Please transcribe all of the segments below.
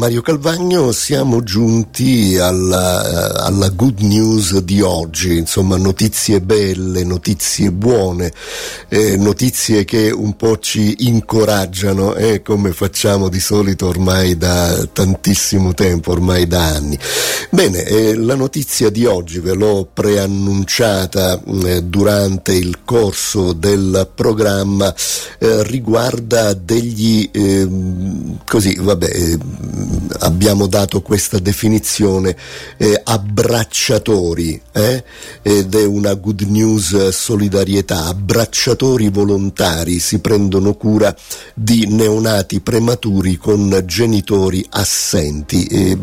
Mario Calvagno, siamo giunti alla good news di oggi, insomma notizie belle, notizie buone, notizie che un po' ci incoraggiano, come facciamo di solito ormai da tantissimo tempo, ormai da anni. Bene, la notizia di oggi ve l'ho preannunciata durante il corso del programma, riguarda degli abbiamo dato questa definizione, abbracciatori, ed è una good news solidarietà. Abbracciatori volontari si prendono cura di neonati prematuri con genitori assenti.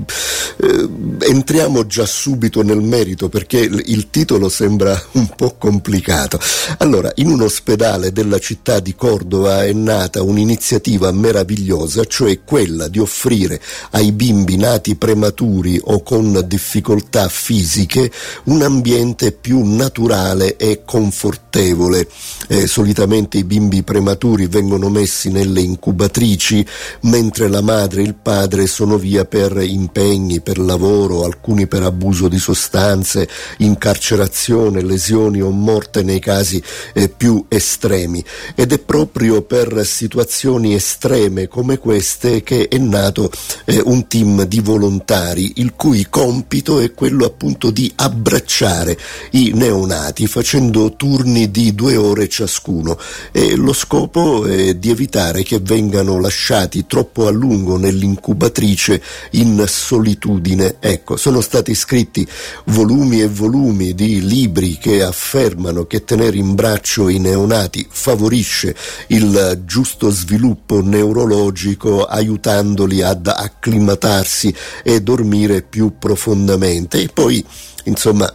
Entriamo già subito nel merito perché il titolo sembra un po' complicato. Allora, in un ospedale della città di Cordova è nata un'iniziativa meravigliosa, cioè quella di offrire ai bimbi nati prematuri o con difficoltà fisiche un ambiente più naturale e confortevole. Solitamente i bimbi prematuri vengono messi nelle incubatrici, mentre la madre e il padre sono via per impegni, per lavoro, alcuni per abuso di sostanze, incarcerazione, lesioni o morte nei casi più estremi. Ed è proprio per situazioni estreme come queste che è nato un team di volontari il cui compito è quello appunto di abbracciare i neonati facendo turni di 2 ore ciascuno, e lo scopo è di evitare che vengano lasciati troppo a lungo nell'incubatrice in solitudine. Ecco, sono stati scritti volumi e volumi di libri che affermano che tenere in braccio i neonati favorisce il giusto sviluppo neurologico, aiutandoli ad acclimatarsi e dormire più profondamente. E poi, insomma,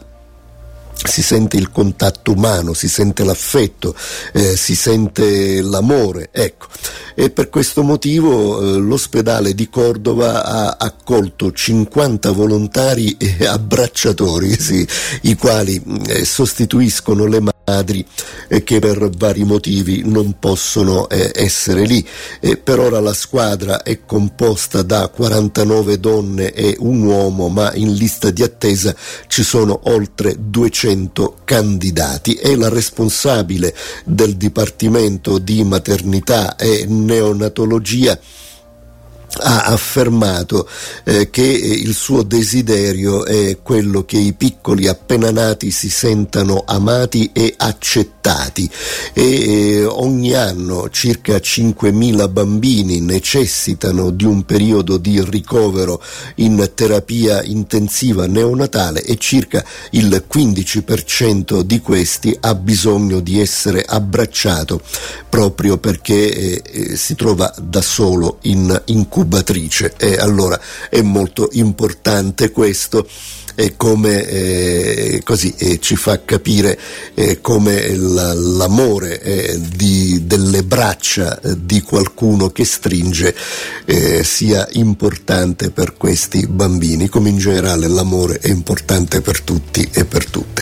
si sente il contatto umano, si sente l'affetto, si sente l'amore, ecco. E per questo motivo l'ospedale di Cordova ha accolto 50 volontari e abbracciatori, i quali sostituiscono le madri che per vari motivi non possono essere lì. Per ora la squadra è composta da 49 donne e un uomo, ma in lista di attesa ci sono oltre 200 candidati, e la responsabile del Dipartimento di Maternità e Neonatologia ha affermato che il suo desiderio è quello che i piccoli appena nati si sentano amati e accettati, e ogni anno circa 5.000 bambini necessitano di un periodo di ricovero in terapia intensiva neonatale, e circa il 15% di questi ha bisogno di essere abbracciato proprio perché si trova da solo in incubatrice. E allora è molto importante questo, come così ci fa capire come l'amore delle braccia di qualcuno che stringe sia importante per questi bambini, come in generale l'amore è importante per tutti e per tutte.